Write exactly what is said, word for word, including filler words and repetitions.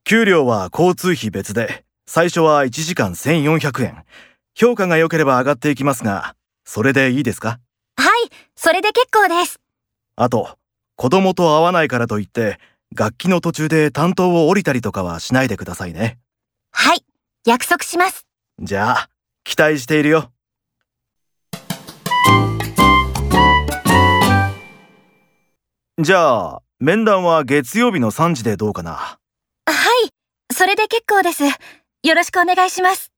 給料は交通費別で、最初はいちじかんせんよんひゃくえん。評価が良ければ上がっていきますが、それでいいですか？ はい、それで結構です。 あと、子供と会わないからといって、楽器の途中で担当を降りたりとかはしないでくださいね。 はい、約束します。 じゃあ、期待しているよ。じゃあ、面談は月曜日のさんじでどうかな？ はい、それで結構です。よろしくお願いします。